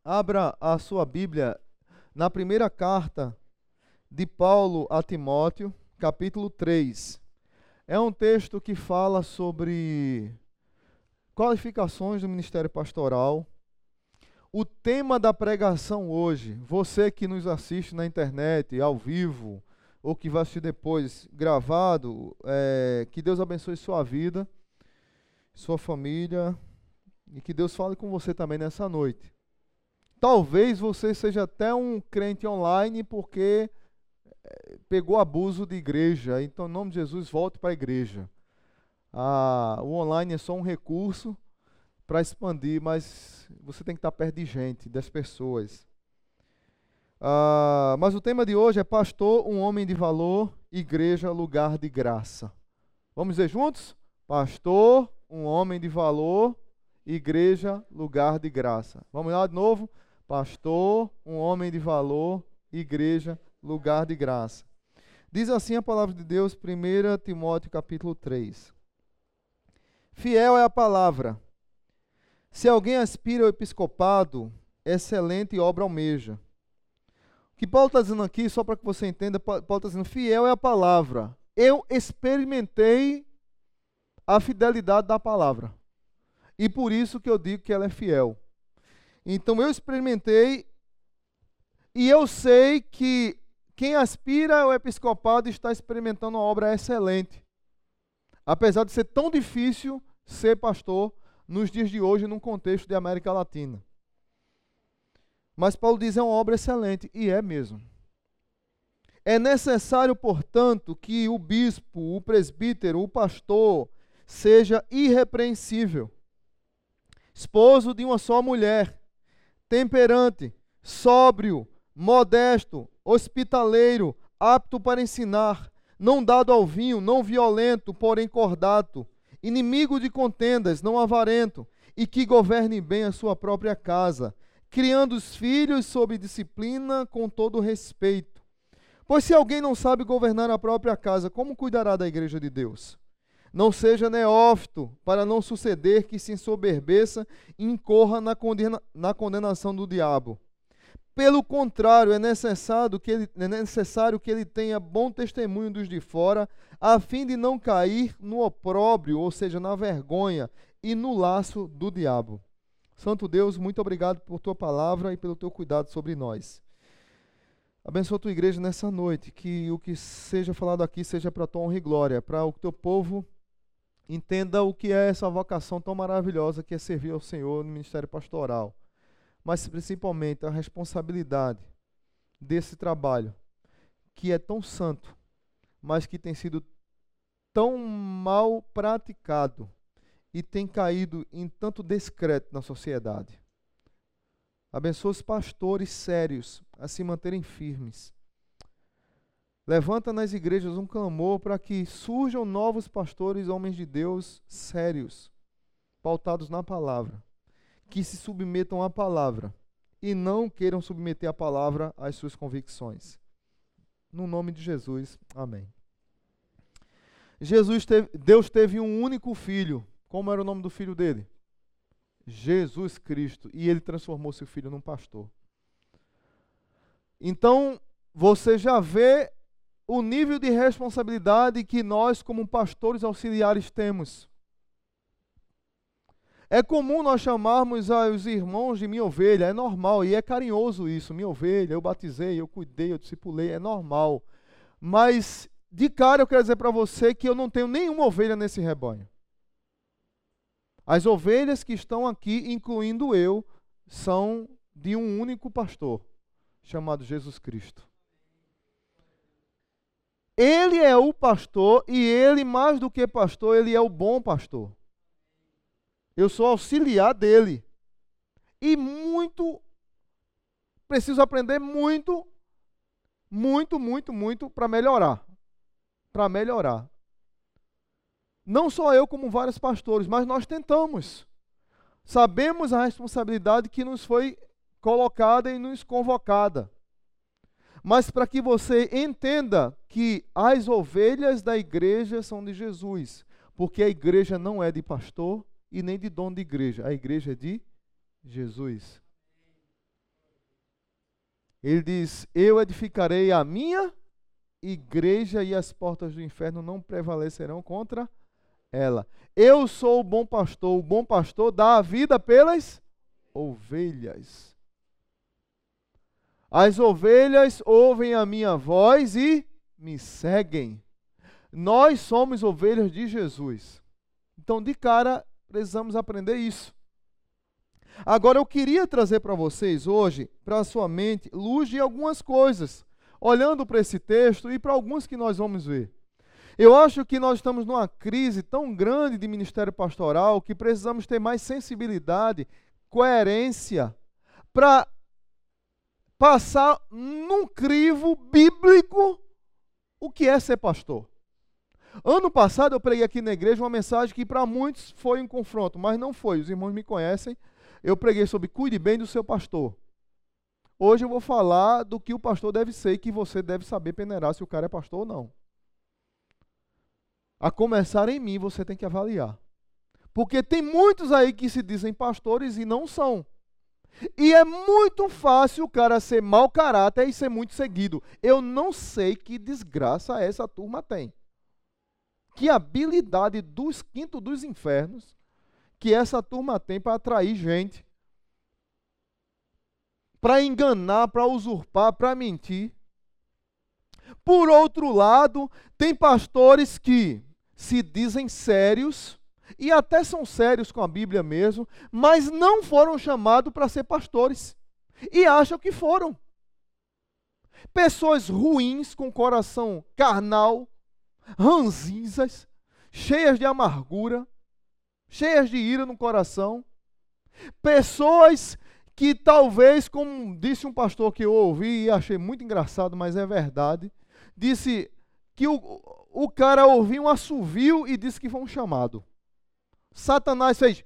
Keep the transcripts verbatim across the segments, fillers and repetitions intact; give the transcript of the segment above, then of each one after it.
Abra a sua Bíblia na primeira carta de Paulo a Timóteo, capítulo três. É um texto que fala sobre qualificações do ministério pastoral. O tema da pregação hoje, você que nos assiste na internet, ao vivo, ou que vai assistir depois gravado, é, que Deus abençoe sua vida, sua família, e que Deus fale com você também nessa noite. Talvez você seja até um crente online porque pegou abuso de igreja. Então, em nome de Jesus, volte para a igreja. Ah, o online é só um recurso para expandir, mas você tem que estar perto de gente, das pessoas. Ah, mas o tema de hoje é pastor, um homem de valor, igreja, lugar de graça. Vamos dizer juntos? Pastor, um homem de valor, igreja, lugar de graça. Vamos lá de novo? Pastor, um homem de valor, igreja, lugar de graça. Diz assim a palavra de Deus, primeira Timóteo capítulo três. Fiel é a palavra. Se alguém aspira ao episcopado, excelente obra almeja. O que Paulo está dizendo aqui, só para que você entenda, Paulo está dizendo, fiel é a palavra. Eu experimentei a fidelidade da palavra. E por isso que eu digo que ela é fiel. Então eu experimentei e eu sei que quem aspira ao episcopado está experimentando uma obra excelente. Apesar de ser tão difícil ser pastor nos dias de hoje num contexto de América Latina. Mas Paulo diz é uma obra excelente, e é mesmo. É necessário, portanto, que o bispo, o presbítero, o pastor seja irrepreensível, esposo de uma só mulher, temperante, sóbrio, modesto, hospitaleiro, apto para ensinar, não dado ao vinho, não violento, porém cordato, inimigo de contendas, não avarento, e que governe bem a sua própria casa, criando os filhos sob disciplina com todo respeito. Pois se alguém não sabe governar a própria casa, como cuidará da igreja de Deus? Não seja neófito, para não suceder que se ensoberbeça e incorra na, condena, na condenação do diabo. Pelo contrário, é necessário, que ele, é necessário que ele tenha bom testemunho dos de fora, a fim de não cair no opróbrio, ou seja, na vergonha e no laço do diabo. Santo Deus, muito obrigado por tua palavra e pelo teu cuidado sobre nós. Abençoa a tua igreja nessa noite, que o que seja falado aqui seja para a tua honra e glória, para o teu povo entenda o que é essa vocação tão maravilhosa que é servir ao Senhor no ministério pastoral. Mas principalmente a responsabilidade desse trabalho, que é tão santo, mas que tem sido tão mal praticado e tem caído em tanto descrédito na sociedade. Abençoa os pastores sérios a se manterem firmes. Levanta nas igrejas um clamor para que surjam novos pastores, homens de Deus sérios, pautados na palavra, que se submetam à palavra e não queiram submeter a palavra às suas convicções. No nome de Jesus, amém. Jesus teve, Deus teve um único filho. Como era o nome do filho dele? Jesus Cristo. E ele transformou seu filho num pastor. Então, você já vê o nível de responsabilidade que nós, como pastores auxiliares, temos. É comum nós chamarmos os irmãos de minha ovelha, é normal, e é carinhoso isso, minha ovelha, eu batizei, eu cuidei, eu discipulei, é normal. Mas, de cara, eu quero dizer para você que eu não tenho nenhuma ovelha nesse rebanho. As ovelhas que estão aqui, incluindo eu, são de um único pastor, chamado Jesus Cristo. Ele é o pastor e ele, mais do que pastor, ele é o bom pastor. Eu sou auxiliar dele. E muito, preciso aprender muito, muito, muito, muito para melhorar. Para melhorar. Não só eu, como vários pastores, mas nós tentamos. Sabemos a responsabilidade que nos foi colocada e nos convocada. Mas para que você entenda que as ovelhas da igreja são de Jesus, porque a igreja não é de pastor e nem de dono de igreja, a igreja é de Jesus. Ele diz: eu edificarei a minha igreja e as portas do inferno não prevalecerão contra ela. Eu sou o bom pastor, o bom pastor dá a vida pelas ovelhas. As ovelhas ouvem a minha voz e me seguem. Nós somos ovelhas de Jesus. Então, de cara, precisamos aprender isso. Agora, eu queria trazer para vocês hoje, para a sua mente, luz de algumas coisas, olhando para esse texto e para alguns que nós vamos ver. Eu acho que nós estamos numa crise tão grande de ministério pastoral que precisamos ter mais sensibilidade, coerência, para passar num crivo bíblico o que é ser pastor. Ano passado eu preguei aqui na igreja uma mensagem que para muitos foi um confronto, mas não foi, os irmãos me conhecem. Eu preguei sobre cuide bem do seu pastor. Hoje eu vou falar do que o pastor deve ser e que você deve saber peneirar se o cara é pastor ou não. A começar em mim, você tem que avaliar. Porque tem muitos aí que se dizem pastores e não são. E é muito fácil o cara ser mau caráter e ser muito seguido. Eu não sei que desgraça essa turma tem. Que habilidade dos quintos dos infernos que essa turma tem para atrair gente, para enganar, para usurpar, para mentir. Por outro lado, tem pastores que se dizem sérios, e até são sérios com a Bíblia mesmo, mas não foram chamados para ser pastores, e acham que foram. Pessoas ruins, com coração carnal, ranzinzas, cheias de amargura, cheias de ira no coração. Pessoas que talvez, como disse um pastor que eu ouvi e achei muito engraçado, mas é verdade, disse que o, o cara ouviu um assovio e disse que foi um chamado. Satanás fez.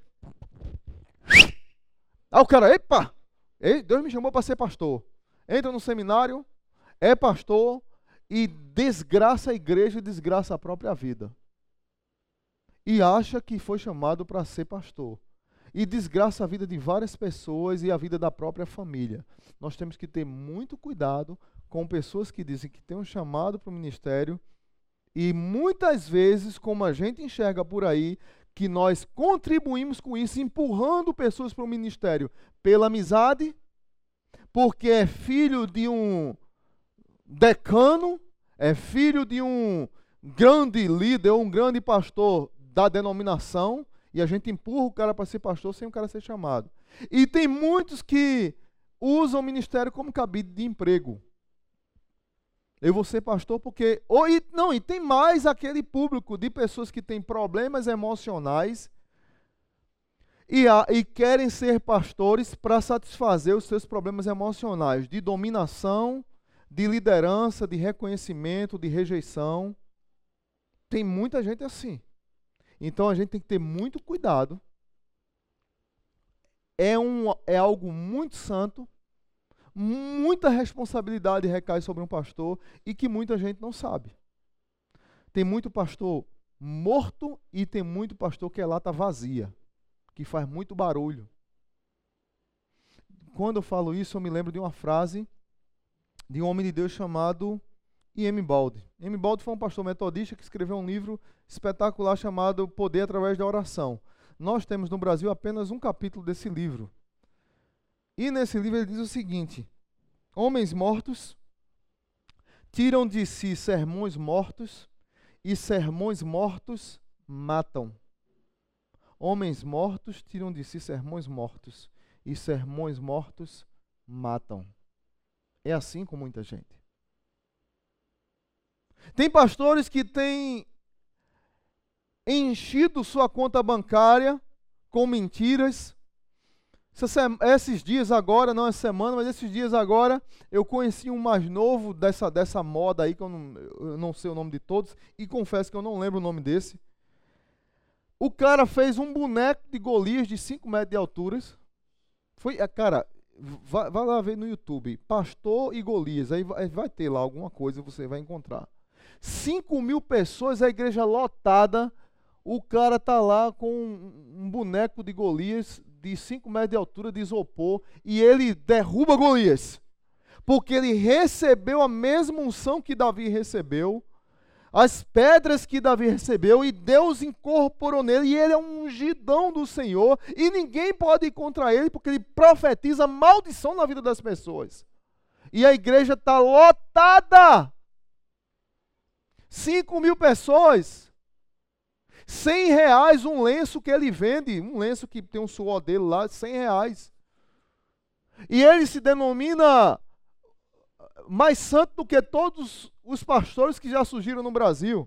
Aí o cara, epa, Deus me chamou para ser pastor. Entra no seminário, é pastor e desgraça a igreja e desgraça a própria vida. E acha que foi chamado para ser pastor. E desgraça a vida de várias pessoas e a vida da própria família. Nós temos que ter muito cuidado com pessoas que dizem que têm um chamado para o ministério e muitas vezes, como a gente enxerga por aí, que nós contribuímos com isso, empurrando pessoas para o ministério pela amizade, porque é filho de um decano, é filho de um grande líder, um grande pastor da denominação, e a gente empurra o cara para ser pastor sem o cara ser chamado. E tem muitos que usam o ministério como cabide de emprego. Eu vou ser pastor porque... Ou, e, não, e tem mais aquele público de pessoas que têm problemas emocionais e, a, e querem ser pastores para satisfazer os seus problemas emocionais de dominação, de liderança, de reconhecimento, de rejeição. Tem muita gente assim. Então a gente tem que ter muito cuidado. É, um, é algo muito santo, muita responsabilidade recai sobre um pastor e que muita gente não sabe. Tem muito pastor morto e tem muito pastor que é lata vazia, que faz muito barulho. Quando eu falo isso, eu me lembro de uma frase de um homem de Deus chamado I M Baldi. I M Baldi foi um pastor metodista que escreveu um livro espetacular chamado Poder através da Oração. Nós temos no Brasil apenas um capítulo desse livro. E nesse livro ele diz o seguinte: homens mortos tiram de si sermões mortos e sermões mortos matam. Homens mortos tiram de si sermões mortos e sermões mortos matam. É assim com muita gente. Tem pastores que têm enchido sua conta bancária com mentiras. Esses dias agora, não é semana, mas esses dias agora, eu conheci um mais novo dessa, dessa moda aí, que eu não, eu não sei o nome de todos, e confesso que eu não lembro o nome desse. O cara fez um boneco de Golias de cinco metros de altura. Foi, cara, vai, vai lá ver no YouTube, Pastor e Golias, aí vai, vai ter lá alguma coisa, você vai encontrar. cinco mil pessoas, a igreja lotada, o cara tá lá com um, um boneco de Golias de cinco metros de altura de isopor e ele derruba Golias. porque ele recebeu a mesma unção que Davi recebeu, as pedras que Davi recebeu, e Deus incorporou nele, e ele é um ungidão do Senhor, e ninguém pode ir contra ele, porque ele profetiza maldição na vida das pessoas. E a igreja está lotada. Cinco mil pessoas. Cem reais um lenço que ele vende, um lenço que tem um suor dele lá, cem reais. E ele se denomina mais santo do que todos os pastores que já surgiram no Brasil.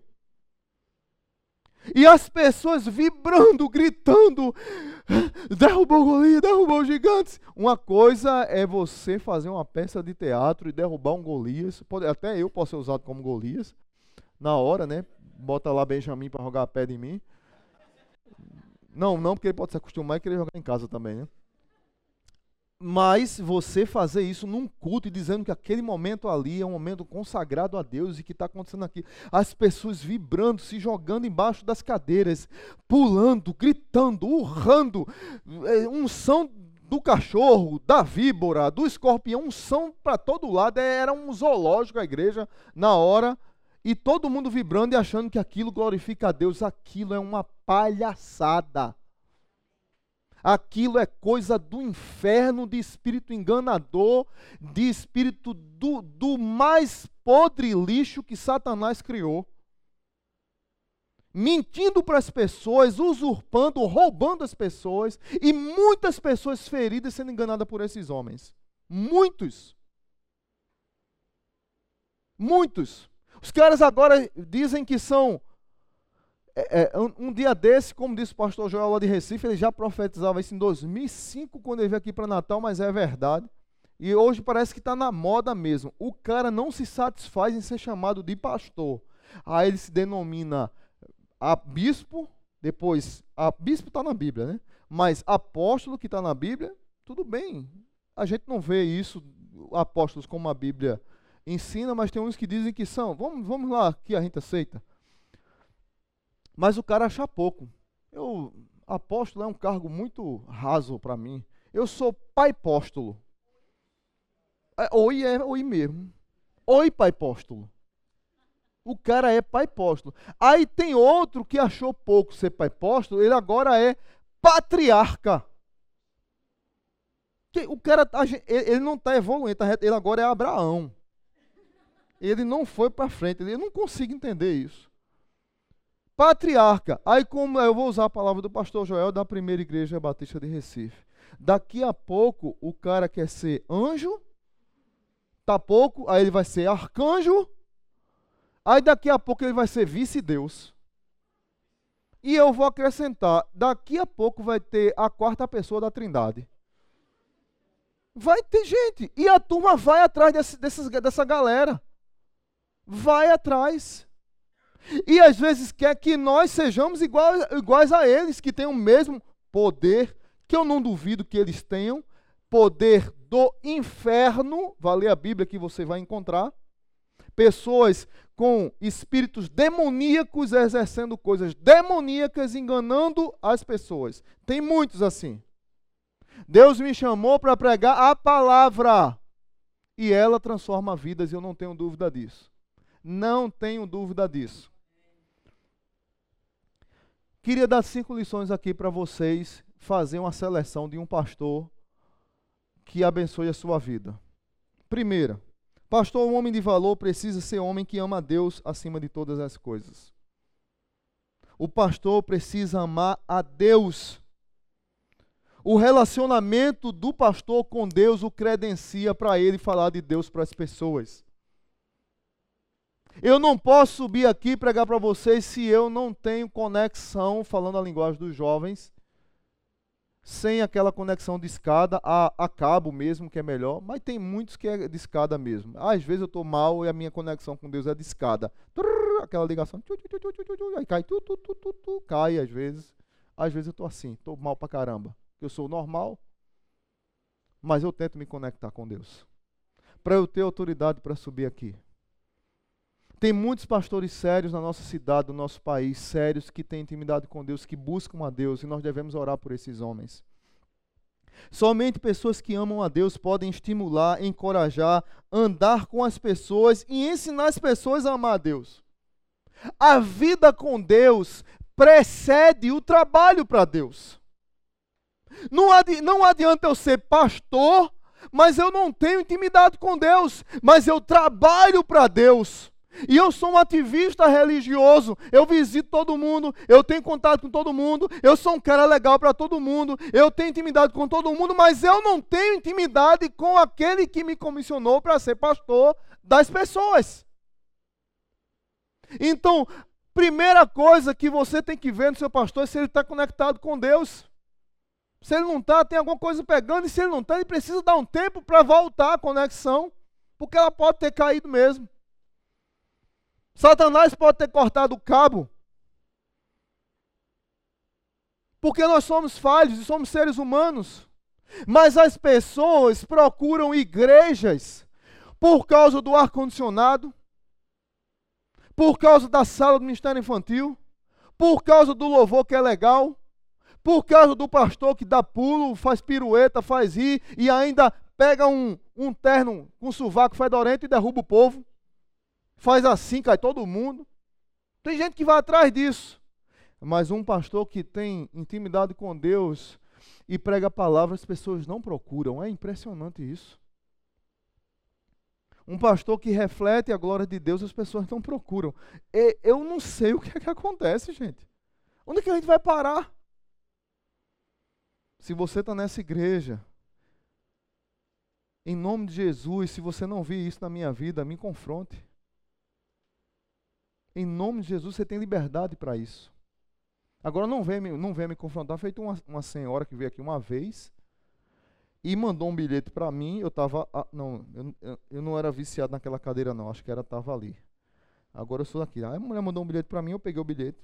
E as pessoas vibrando, gritando, derrubou o Golias, derrubou os gigantes. Uma coisa é você fazer uma peça de teatro e derrubar um Golias. Pode, até eu posso ser usado como Golias. Na hora, né? Bota lá Benjamin para jogar a pedra em mim. Não, não, porque ele pode se acostumar e querer jogar em casa também, né? Mas você fazer isso num culto e dizendo que aquele momento ali é um momento consagrado a Deus e que está acontecendo aqui. As pessoas vibrando, se jogando embaixo das cadeiras, pulando, gritando, urrando, unção do cachorro, da víbora, do escorpião, unção para todo lado. Era um zoológico a igreja na hora. E todo mundo vibrando e achando que aquilo glorifica a Deus. Aquilo é uma palhaçada. Aquilo é coisa do inferno, de espírito enganador, de espírito do, do mais podre lixo que Satanás criou. Mentindo para as pessoas, usurpando, roubando as pessoas, e muitas pessoas feridas sendo enganadas por esses homens. Muitos. Muitos. Os caras agora dizem que são... É, é, um, um dia desse, como disse o pastor Joel lá de Recife, ele já profetizava isso em dois mil e cinco, quando ele veio aqui para Natal, mas é verdade. E hoje parece que está na moda mesmo. O cara não se satisfaz em ser chamado de pastor. Aí ele se denomina a bispo, depois, a bispo está na Bíblia, né? Mas apóstolo que está na Bíblia, tudo bem. A gente não vê isso, apóstolos, como a Bíblia ensina, mas tem uns que dizem que são. Vamos, vamos lá, que a gente aceita. Mas o cara acha pouco. Eu, apóstolo é um cargo muito raso para mim. Eu sou pai apóstolo. É, oi é oi mesmo. Oi pai apóstolo. O cara é pai apóstolo. Aí tem outro que achou pouco ser pai apóstolo, ele agora é patriarca. Que o cara, ele não está evoluindo, ele agora é Abraão. Ele não foi para frente, eu não consigo entender isso. Patriarca. Aí como eu vou usar a palavra do pastor Joel da Primeira Igreja Batista de Recife. Daqui a pouco o cara quer ser anjo, tá pouco, aí ele vai ser arcanjo, aí daqui a pouco ele vai ser vice-deus. E eu vou acrescentar, daqui a pouco vai ter a quarta pessoa da Trindade. Vai ter gente, e a turma vai atrás desse, dessas, dessa galera. Vai atrás. E às vezes quer que nós sejamos iguais, iguais a eles, que têm o mesmo poder, que eu não duvido que eles tenham, poder do inferno, vai ler a Bíblia que você vai encontrar, pessoas com espíritos demoníacos exercendo coisas demoníacas, enganando as pessoas. Tem muitos assim. Deus me chamou para pregar a palavra, e ela transforma vidas, e eu não tenho dúvida disso. Não tenho dúvida disso. Queria dar cinco lições aqui para vocês, fazer uma seleção de um pastor que abençoe a sua vida. Primeira, pastor, um homem de valor precisa ser homem que ama a Deus acima de todas as coisas. O pastor precisa amar a Deus. O relacionamento do pastor com Deus o credencia para ele falar de Deus para as pessoas. Eu não posso subir aqui e pregar para vocês se eu não tenho conexão, falando a linguagem dos jovens, sem aquela conexão de escada, a, a cabo mesmo, que é melhor, mas tem muitos que é de escada mesmo. Às vezes eu estou mal e a minha conexão com Deus é de escada. Trrr, aquela ligação, tchu, tchu, tchu, tchu, tchu, aí cai, tu, tu, tu, tu, tu, cai às vezes. Às vezes eu estou assim, estou mal pra caramba. Eu sou normal, mas eu tento me conectar com Deus, para eu ter autoridade para subir aqui. Tem muitos pastores sérios na nossa cidade, no nosso país, sérios, que têm intimidade com Deus, que buscam a Deus, e nós devemos orar por esses homens. Somente pessoas que amam a Deus podem estimular, encorajar, andar com as pessoas e ensinar as pessoas a amar a Deus. A vida com Deus precede o trabalho para Deus. Não, adi- não adianta eu ser pastor, mas eu não tenho intimidade com Deus, mas eu trabalho para Deus. E eu sou um ativista religioso, eu visito todo mundo, eu tenho contato com todo mundo, eu sou um cara legal para todo mundo, eu tenho intimidade com todo mundo, mas eu não tenho intimidade com aquele que me comissionou para ser pastor das pessoas. Então, primeira coisa que você tem que ver no seu pastor é se ele está conectado com Deus. Se ele não está, tem alguma coisa pegando, e se ele não está, ele precisa dar um tempo para voltar a conexão, porque ela pode ter caído mesmo. Satanás pode ter cortado o cabo, porque nós somos falhos e somos seres humanos. Mas as pessoas procuram igrejas por causa do ar-condicionado, por causa da sala do ministério infantil, por causa do louvor que é legal, por causa do pastor que dá pulo, faz pirueta, faz rir e ainda pega um, um terno com sovaco fedorento e derruba o povo. Faz assim, cai todo mundo. Tem gente que vai atrás disso. Mas um pastor que tem intimidade com Deus e prega a palavra, as pessoas não procuram. É impressionante isso. Um pastor que reflete a glória de Deus, as pessoas não procuram. E eu não sei o que é que acontece, gente. Onde é que a gente vai parar? Se você está nessa igreja, em nome de Jesus, se você não viu isso na minha vida, me confronte. Em nome de Jesus, você tem liberdade para isso. Agora, não venha, não venha me confrontar. Feito uma, uma senhora que veio aqui uma vez e mandou um bilhete para mim. Eu estava... Ah, não, eu, eu não era viciado naquela cadeira, não. Acho que era estava ali. Agora eu sou daqui. Aí a mulher mandou um bilhete para mim, eu peguei o bilhete.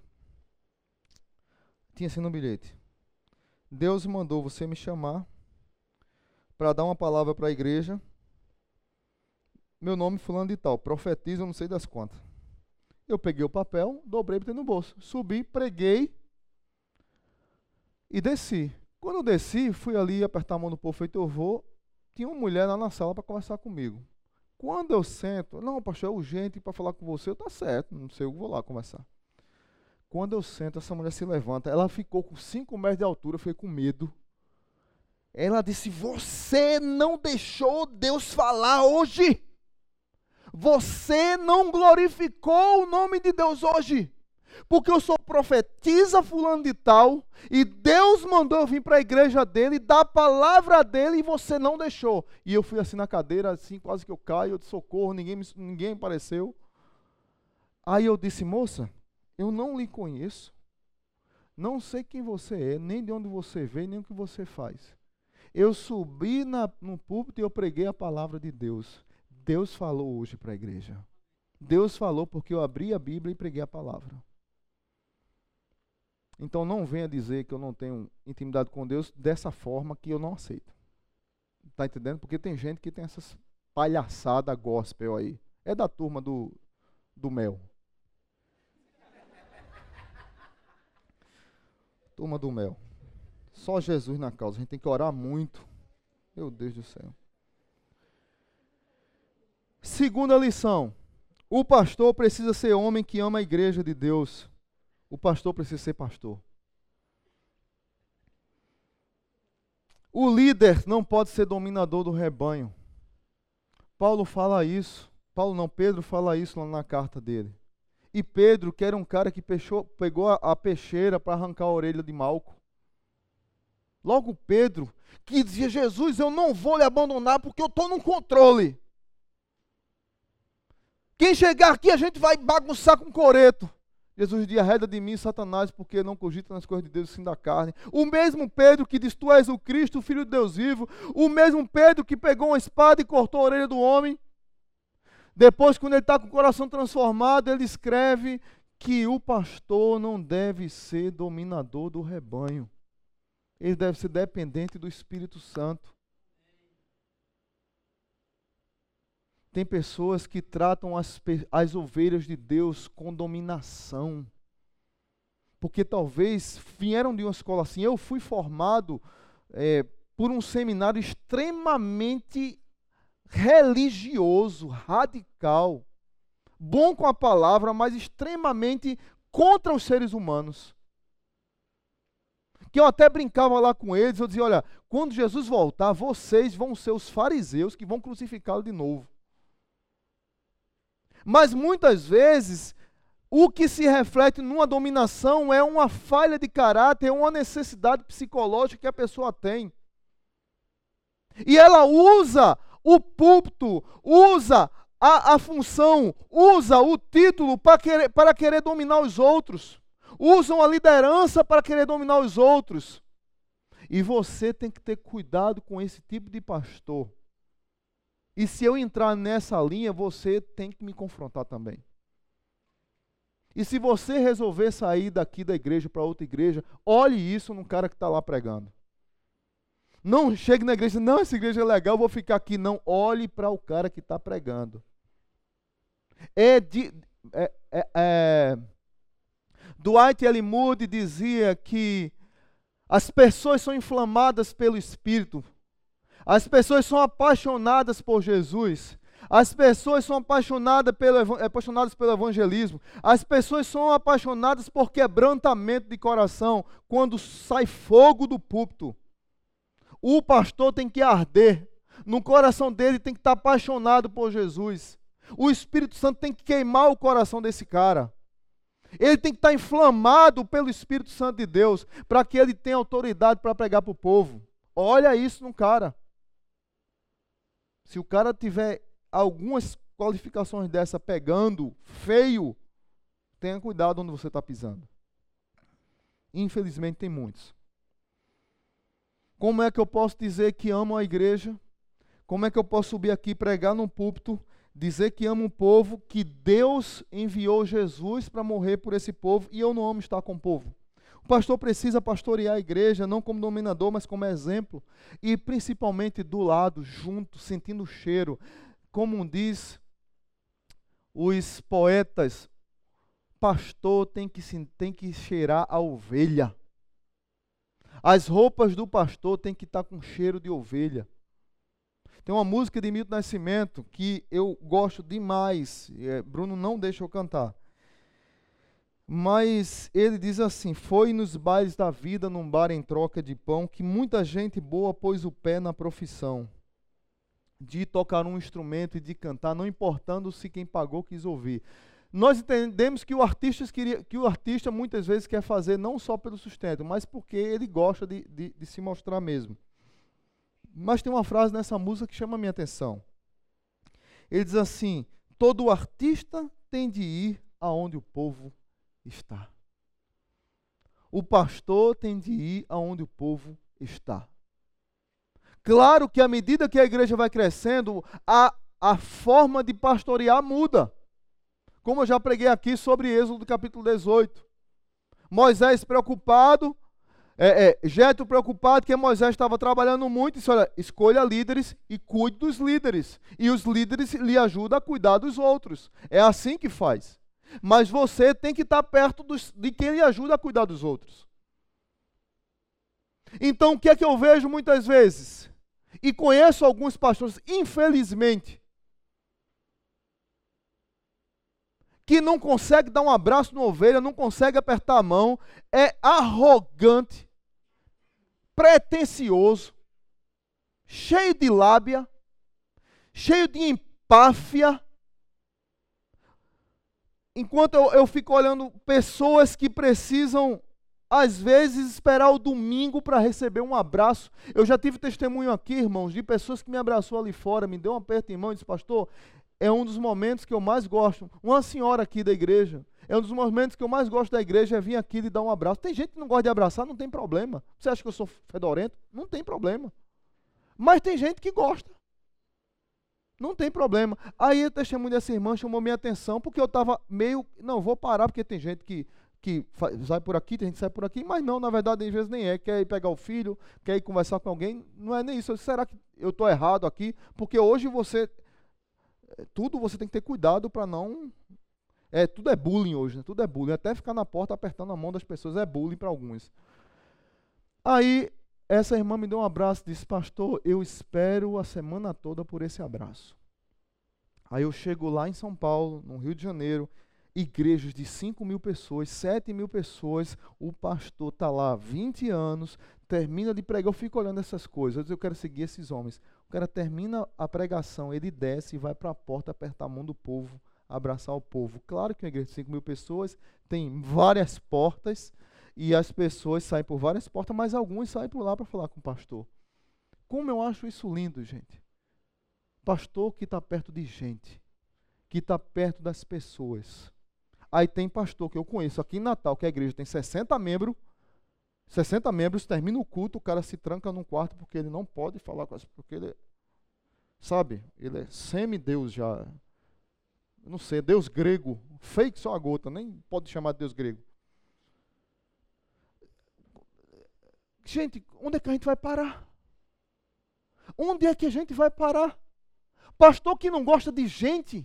Tinha assim no bilhete: Deus mandou você me chamar para dar uma palavra para a igreja. Meu nome fulano de tal. Profetiza, eu não sei das quantas. Eu peguei o papel, dobrei e botei no bolso. Subi, preguei e desci. Quando eu desci, fui ali apertar a mão do povo, feito eu vou. Tinha uma mulher lá na sala para conversar comigo. Quando eu sento, não, pastor, é urgente para falar com você. Eu, tá certo, não sei, eu vou lá conversar. Quando eu sento, essa mulher se levanta. Ela ficou com cinco metros de altura, eu fiquei com medo. Ela disse: você não deixou Deus falar hoje. Você não glorificou o nome de Deus hoje, porque eu sou profetisa fulano de tal, e Deus mandou eu vir para a igreja dele, dar a palavra dele, e você não deixou. E eu fui assim na cadeira, assim, quase que eu caio, eu de socorro, ninguém, me, ninguém apareceu. Aí eu disse: moça, eu não lhe conheço, não sei quem você é, nem de onde você veio, nem o que você faz. Eu subi na, no púlpito e eu preguei a palavra de Deus. Deus falou hoje para a igreja. Deus falou porque eu abri a Bíblia e preguei a palavra. Então não venha dizer que eu não tenho intimidade com Deus dessa forma que eu não aceito. Está entendendo? Porque tem gente que tem essas palhaçadas gospel aí. É da turma do, do mel. Turma do mel. Só Jesus na causa. A gente tem que orar muito. Meu Deus do céu. Segunda lição: o pastor precisa ser homem que ama a igreja de Deus. O pastor precisa ser pastor. O líder não pode ser dominador do rebanho. Paulo fala isso. Paulo não, Pedro fala isso lá na carta dele. E Pedro, que era um cara que pechou, pegou a, a peixeira para arrancar a orelha de Malco. Logo Pedro, que dizia: Jesus, eu não vou lhe abandonar porque eu estou no controle. Quem chegar aqui a gente vai bagunçar com coreto. Jesus diz: arreda de mim, Satanás, porque não cogita nas coisas de Deus, sim da carne. O mesmo Pedro que diz: tu és o Cristo, o Filho de Deus vivo. O mesmo Pedro que pegou uma espada e cortou a orelha do homem. Depois, quando ele está com o coração transformado, ele escreve que o pastor não deve ser dominador do rebanho. Ele deve ser dependente do Espírito Santo. Tem pessoas que tratam as, as ovelhas de Deus com dominação. Porque talvez vieram de uma escola assim. Eu fui formado é, por um seminário extremamente religioso, radical, bom com a palavra, mas extremamente contra os seres humanos. Que eu até brincava lá com eles, eu dizia, olha, quando Jesus voltar, vocês vão ser os fariseus que vão crucificá-lo de novo. Mas muitas vezes, o que se reflete numa dominação é uma falha de caráter, é uma necessidade psicológica que a pessoa tem. E ela usa o púlpito, usa a, a função, usa o título para querer, para querer dominar os outros. Usam a liderança para querer dominar os outros. E você tem que ter cuidado com esse tipo de pastor. E se eu entrar nessa linha, você tem que me confrontar também. E se você resolver sair daqui da igreja para outra igreja, olhe isso num cara que está lá pregando. Não chegue na igreja, não, essa igreja é legal, eu vou ficar aqui. Não, olhe para o cara que está pregando. É de... É, é, é, Dwight L. Moody dizia que as pessoas são inflamadas pelo Espírito, as pessoas são apaixonadas por Jesus, as pessoas são apaixonadas pelo, apaixonadas pelo evangelismo, as pessoas são apaixonadas por quebrantamento de coração, quando sai fogo do púlpito. O pastor tem que arder, no coração dele tem que estar apaixonado por Jesus, o Espírito Santo tem que queimar o coração desse cara. Ele tem que estar inflamado pelo Espírito Santo de Deus, para que ele tenha autoridade para pregar para o povo. Olha isso num cara. Se o cara tiver algumas qualificações dessa pegando, feio, tenha cuidado onde você está pisando. Infelizmente tem muitos. Como é que eu posso dizer que amo a igreja? Como é que eu posso subir aqui e pregar num púlpito, dizer que amo um povo, que Deus enviou Jesus para morrer por esse povo, e eu não amo estar com o povo? O pastor precisa pastorear a igreja, não como dominador, mas como exemplo, e principalmente do lado, junto, sentindo o cheiro. Como diz os poetas, pastor tem que, tem que cheirar a ovelha. As roupas do pastor tem que estar com cheiro de ovelha. Tem uma música de Milton Nascimento que eu gosto demais. É, Bruno não deixa eu cantar. Mas ele diz assim: foi nos bailes da vida, num bar em troca de pão, que muita gente boa pôs o pé na profissão de tocar um instrumento e de cantar, não importando se quem pagou quis ouvir. Nós entendemos que o artista, queria, que o artista muitas vezes quer fazer não só pelo sustento, mas porque ele gosta de, de, de se mostrar mesmo. Mas tem uma frase nessa música que chama a minha atenção. Ele diz assim: todo artista tem de ir aonde o povo está. O pastor tem de ir aonde o povo está. Claro que à medida que a igreja vai crescendo, a, a forma de pastorear muda. Como eu já preguei aqui sobre Êxodo capítulo dezoito. Moisés preocupado, É, é, Jetro preocupado que Moisés estava trabalhando muito, disse: olha, escolha líderes e cuide dos líderes. E os líderes lhe ajudam a cuidar dos outros. É assim que faz. Mas você tem que estar perto dos, de quem lhe ajuda a cuidar dos outros. Então, o que é que eu vejo muitas vezes? E conheço alguns pastores, infelizmente, que não consegue dar um abraço na ovelha, não consegue apertar a mão, é arrogante, pretensioso, cheio de lábia, cheio de empáfia. Enquanto eu, eu fico olhando pessoas que precisam, às vezes, esperar o domingo para receber um abraço. Eu já tive testemunho aqui, irmãos, de pessoas que me abraçou ali fora, me deu um aperto em mão e disse: pastor, é um dos momentos que eu mais gosto. Uma senhora aqui da igreja, é um dos momentos que eu mais gosto da igreja, é vir aqui e dar um abraço. Tem gente que não gosta de abraçar, não tem problema. Você acha que eu sou fedorento? Não tem problema. Mas tem gente que gosta. Não tem problema. Aí o testemunho dessa irmã chamou minha atenção, porque eu estava meio... Não, vou parar, porque tem gente que, que sai por aqui, tem gente que sai por aqui, mas não, na verdade, às vezes nem é. Quer ir pegar o filho, quer ir conversar com alguém, não é nem isso. Eu disse: será que eu estou errado aqui? Porque hoje você... Tudo você tem que ter cuidado para não... É, tudo é bullying hoje, né? Tudo é bullying. Até ficar na porta apertando a mão das pessoas é bullying para alguns. Aí essa irmã me deu um abraço e disse, pastor, eu espero a semana toda por esse abraço. Aí eu chego lá em São Paulo, no Rio de Janeiro, igrejas de cinco mil pessoas, sete mil pessoas, o pastor está lá há vinte anos, termina de pregar, eu fico olhando essas coisas, eu digo, eu quero seguir esses homens. O cara termina a pregação, ele desce e vai para a porta apertar a mão do povo, abraçar o povo. Claro que uma igreja de cinco mil pessoas tem várias portas, e as pessoas saem por várias portas, mas alguns saem por lá para falar com o pastor. Como eu acho isso lindo, gente. Pastor que está perto de gente, que está perto das pessoas. Aí tem pastor que eu conheço aqui em Natal, que a igreja tem sessenta membros, sessenta membros, termina o culto, o cara se tranca num quarto porque ele não pode falar com as... Porque ele, sabe, ele é semideus já. Não sei, Deus grego, fake só a gota, nem pode chamar de Deus grego. Gente, onde é que a gente vai parar? Onde é que a gente vai parar? Pastor que não gosta de gente,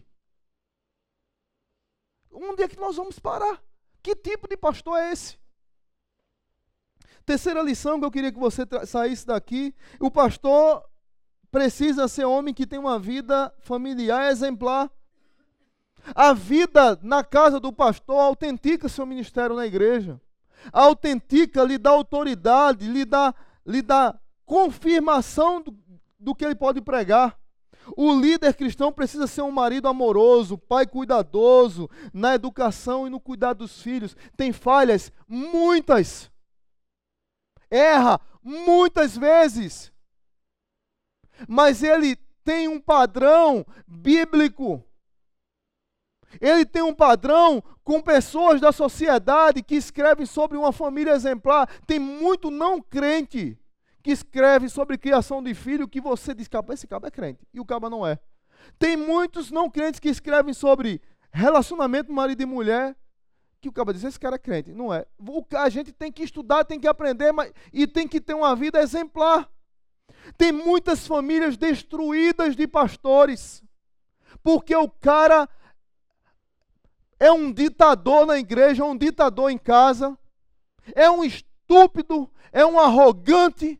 onde é que nós vamos parar? Que tipo de pastor é esse? Terceira lição que eu queria que você saísse daqui, o pastor precisa ser homem que tem uma vida familiar exemplar. A vida na casa do pastor autentica seu ministério na igreja. Autentica, lhe dá autoridade, lhe dá, lhe dá confirmação do, do que ele pode pregar. O líder cristão precisa ser um marido amoroso, pai cuidadoso, na educação e no cuidado dos filhos. Tem falhas? Muitas. Erra muitas vezes. Mas ele tem um padrão bíblico. Ele tem um padrão com pessoas da sociedade que escrevem sobre uma família exemplar. Tem muito não crente que escreve sobre criação de filho que você diz, esse cabo é crente, e o cabo não é. Tem muitos não crentes que escrevem sobre relacionamento marido e mulher, que o cabo diz, esse cara é crente, não é. A gente tem que estudar, tem que aprender, mas, e tem que ter uma vida exemplar. Tem muitas famílias destruídas de pastores, porque o cara é um ditador na igreja, é um ditador em casa, é um estúpido, é um arrogante,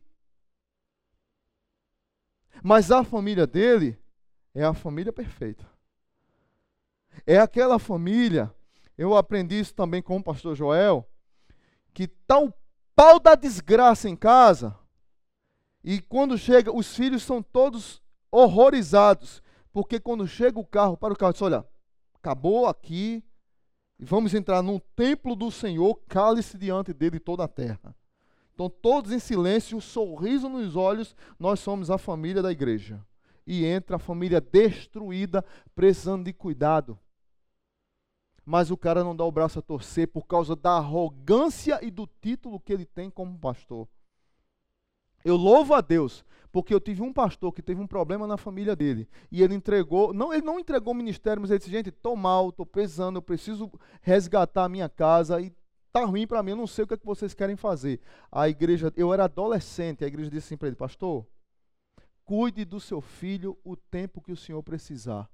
mas a família dele é a família perfeita. É aquela família, eu aprendi isso também com o pastor Joel, que está o pau da desgraça em casa, e quando chega, os filhos são todos horrorizados, porque quando chega o carro, para o carro, diz, olha, acabou aqui, e vamos entrar num templo do Senhor, cale-se diante dele toda a terra. Então, todos em silêncio, um sorriso nos olhos, nós somos a família da igreja. E entra a família destruída, precisando de cuidado. Mas o cara não dá o braço a torcer por causa da arrogância e do título que ele tem como pastor. Eu louvo a Deus, porque eu tive um pastor que teve um problema na família dele, e ele entregou, não, ele não entregou o ministério, mas ele disse, gente, estou mal, estou precisando, eu preciso resgatar a minha casa, e está ruim para mim, eu não sei o que, é que vocês querem fazer. A igreja, eu era adolescente, a igreja disse assim para ele, pastor, cuide do seu filho o tempo que o senhor precisar.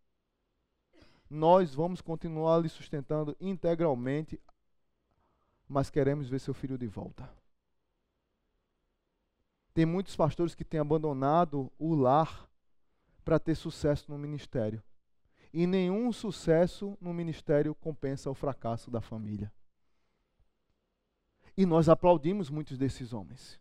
Nós vamos continuar lhe sustentando integralmente, mas queremos ver seu filho de volta. Tem muitos pastores que têm abandonado o lar para ter sucesso no ministério. E nenhum sucesso no ministério compensa o fracasso da família. E nós aplaudimos muitos desses homens.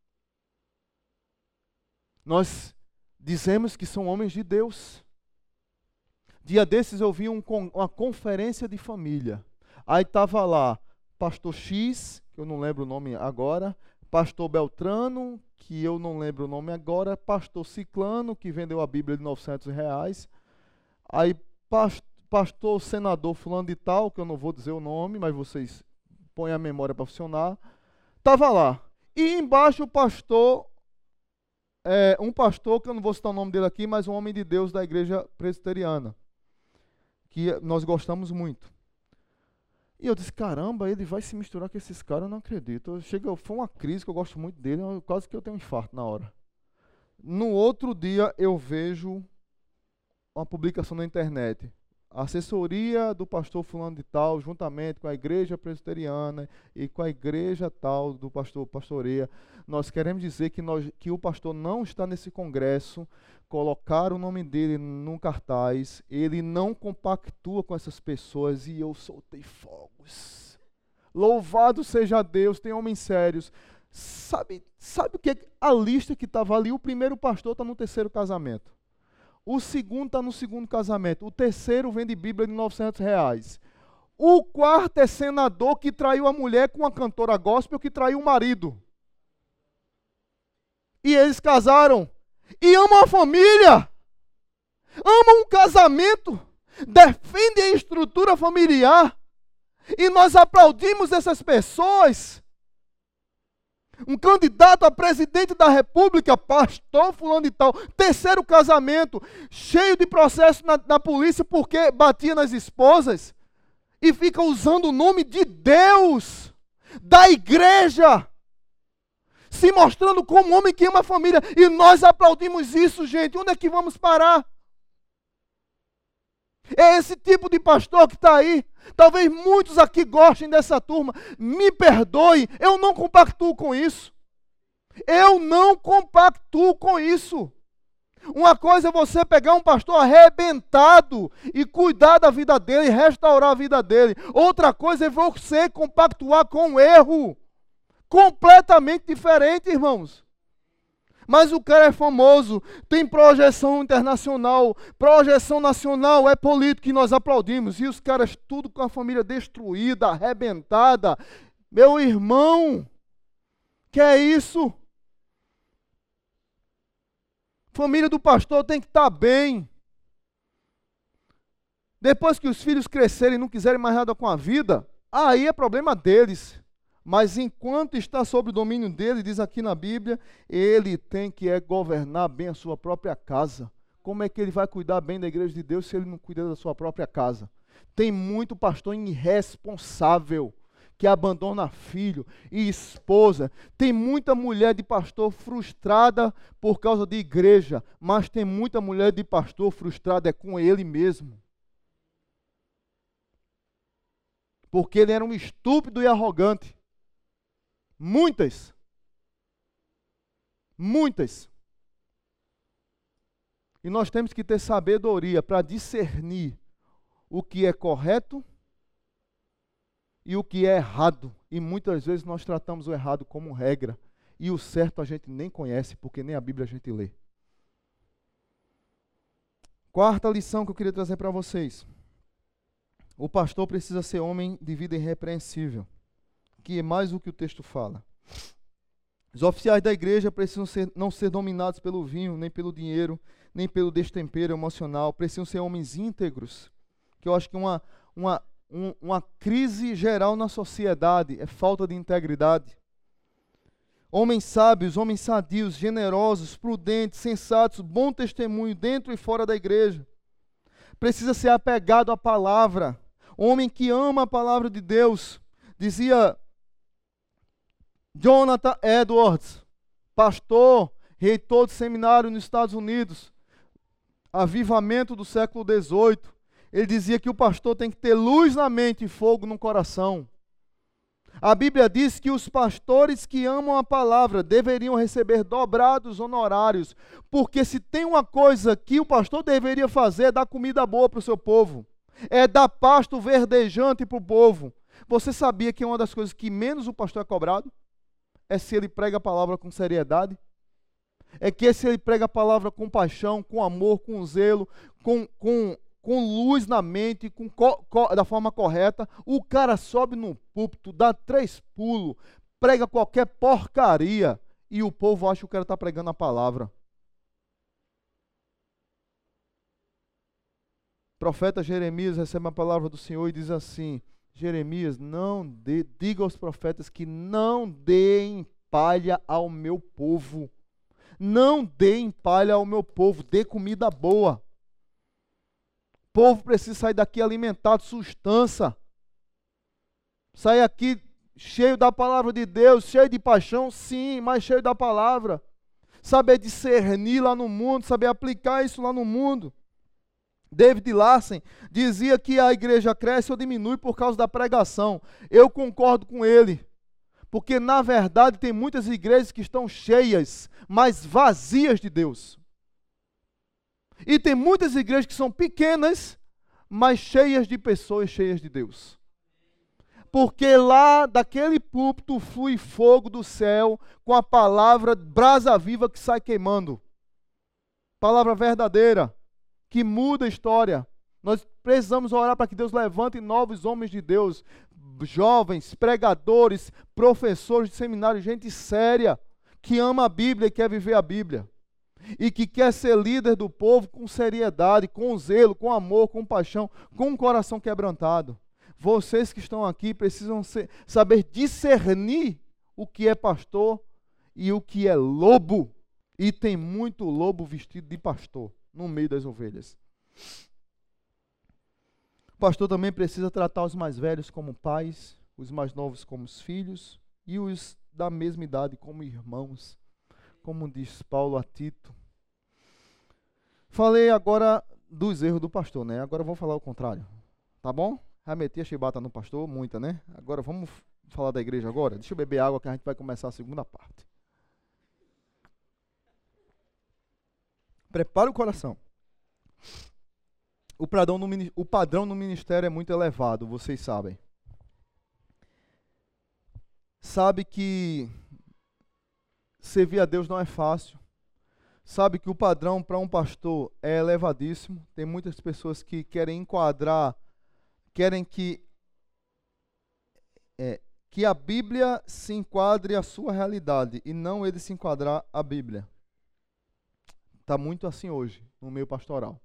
Nós dizemos que são homens de Deus. Dia desses eu vi um, uma conferência de família. Aí estava lá, pastor X, que eu não lembro o nome agora, pastor Beltrano, que eu não lembro o nome agora, pastor Ciclano, que vendeu a Bíblia de novecentos reais, aí pastor senador fulano de tal, que eu não vou dizer o nome, mas vocês põem a memória para funcionar, estava lá. E embaixo o pastor, é, um pastor, que eu não vou citar o nome dele aqui, mas um homem de Deus da igreja presbiteriana, que nós gostamos muito. E eu disse, caramba, ele vai se misturar com esses caras, eu não acredito. Chega, foi uma crise que eu gosto muito dele, quase que eu tenho um infarto na hora. No outro dia eu vejo uma publicação na internet. a assessoria do pastor fulano de tal, juntamente com a igreja presbiteriana e com a igreja tal do pastor pastoreia, nós queremos dizer que, nós, que o pastor não está nesse congresso, colocar o nome dele num cartaz, ele não compactua com essas pessoas e eu soltei fogos. Louvado seja Deus, tem homens sérios. Sabe, sabe o que é a lista que estava ali? O primeiro pastor está no terceiro casamento. O segundo está no segundo casamento. O terceiro vende Bíblia de novecentos reais. O quarto é senador que traiu a mulher com uma cantora gospel que traiu o marido. E eles casaram. E amam a família. Amam um casamento. Defendem a estrutura familiar. E nós aplaudimos essas pessoas. Um candidato a presidente da república, pastor fulano de tal, terceiro casamento, cheio de processo na, na polícia porque batia nas esposas e fica usando o nome de Deus, da igreja, se mostrando como um homem que ama a família, e nós aplaudimos isso, gente. Onde é que vamos parar? É esse tipo de pastor que está aí. Talvez muitos aqui gostem dessa turma. Me perdoe, eu não compactuo com isso. Eu não compactuo com isso. Uma coisa é você pegar um pastor arrebentado e cuidar da vida dele, restaurar a vida dele. Outra coisa é você compactuar com o erro. Completamente diferente, irmãos. Mas o cara é famoso, tem projeção internacional, projeção nacional, é político, e nós aplaudimos. E os caras tudo com a família destruída, arrebentada. Meu irmão, que é isso? Família do pastor tem que estar bem. Depois que os filhos crescerem e não quiserem mais nada com a vida, aí é problema deles. Mas enquanto está sob o domínio dele, diz aqui na Bíblia, ele tem que é governar bem a sua própria casa. Como é que ele vai cuidar bem da igreja de Deus se ele não cuida da sua própria casa? Tem muito pastor irresponsável que abandona filho e esposa. Tem muita mulher de pastor frustrada por causa de igreja, mas tem muita mulher de pastor frustrada é com ele mesmo. Porque ele era um estúpido e arrogante. Muitas. Muitas. E nós temos que ter sabedoria para discernir o que é correto e o que é errado. E muitas vezes nós tratamos o errado como regra. E o certo a gente nem conhece, porque nem a Bíblia a gente lê. Quarta lição que eu queria trazer para vocês. O pastor precisa ser homem de vida irrepreensível, que é mais o que o texto fala. Os oficiais da igreja precisam ser, não ser dominados pelo vinho, nem pelo dinheiro, nem pelo destempero emocional. Precisam ser homens íntegros, que eu acho que uma, uma, um, uma crise geral na sociedade é falta de integridade. Homens sábios, homens sadios, generosos, prudentes, sensatos, bom testemunho dentro e fora da igreja. Precisa ser apegado à palavra. Homem que ama a palavra de Deus. Dizia Jonathan Edwards, pastor, reitor de seminário nos Estados Unidos, avivamento do século dezoito. Ele dizia que o pastor tem que ter luz na mente e fogo no coração. A Bíblia diz que os pastores que amam a palavra deveriam receber dobrados honorários, porque se tem uma coisa que o pastor deveria fazer é dar comida boa para o seu povo, é dar pasto verdejante para o povo. Você sabia que uma das coisas que menos o pastor é cobrado é se ele prega a palavra com seriedade? É que se ele prega a palavra com paixão, com amor, com zelo, com, com, com luz na mente, com co, co, da forma correta, o cara sobe no púlpito, dá três pulos, prega qualquer porcaria e o povo acha que o cara está pregando a palavra. O profeta Jeremias recebe a palavra do Senhor e diz assim: Jeremias, não dê, diga aos profetas que não deem palha ao meu povo. Não deem palha ao meu povo, dê comida boa. O povo precisa sair daqui alimentado, sustância. Sair aqui cheio da palavra de Deus, cheio de paixão, sim, mas cheio da palavra. Saber discernir lá no mundo, saber aplicar isso lá no mundo. David Larsen dizia que a igreja cresce ou diminui por causa da pregação. Eu concordo com ele, porque na verdade tem muitas igrejas que estão cheias, mas vazias de Deus. E tem muitas igrejas que são pequenas, mas cheias de pessoas cheias de Deus. Porque lá daquele púlpito flui fogo do céu com a palavra brasa viva que sai queimando. Palavra verdadeira, que muda a história. Nós precisamos orar para que Deus levante novos homens de Deus, jovens, pregadores, professores de seminário, gente séria, que ama a Bíblia e quer viver a Bíblia. E que quer ser líder do povo com seriedade, com zelo, com amor, com paixão, com um coração quebrantado. Vocês que estão aqui precisam ser, saber discernir o que é pastor e o que é lobo. E tem muito lobo vestido de pastor no meio das ovelhas. O pastor também precisa tratar os mais velhos como pais, os mais novos como os filhos e os da mesma idade como irmãos, como diz Paulo a Tito. Falei agora dos erros do pastor, né? Agora eu vou falar o contrário, tá bom? Já meti a chibata no pastor, muita, né? Agora vamos falar da igreja agora? Deixa eu beber água que a gente vai começar a segunda parte. Prepara o coração. O padrão, no, o padrão no ministério é muito elevado, vocês sabem. Sabe que servir a Deus não é fácil. Sabe que o padrão para um pastor é elevadíssimo. Tem muitas pessoas que querem enquadrar, querem que, é, que a Bíblia se enquadre à sua realidade e não ele se enquadrar à Bíblia. Está muito assim hoje, no meio pastoral.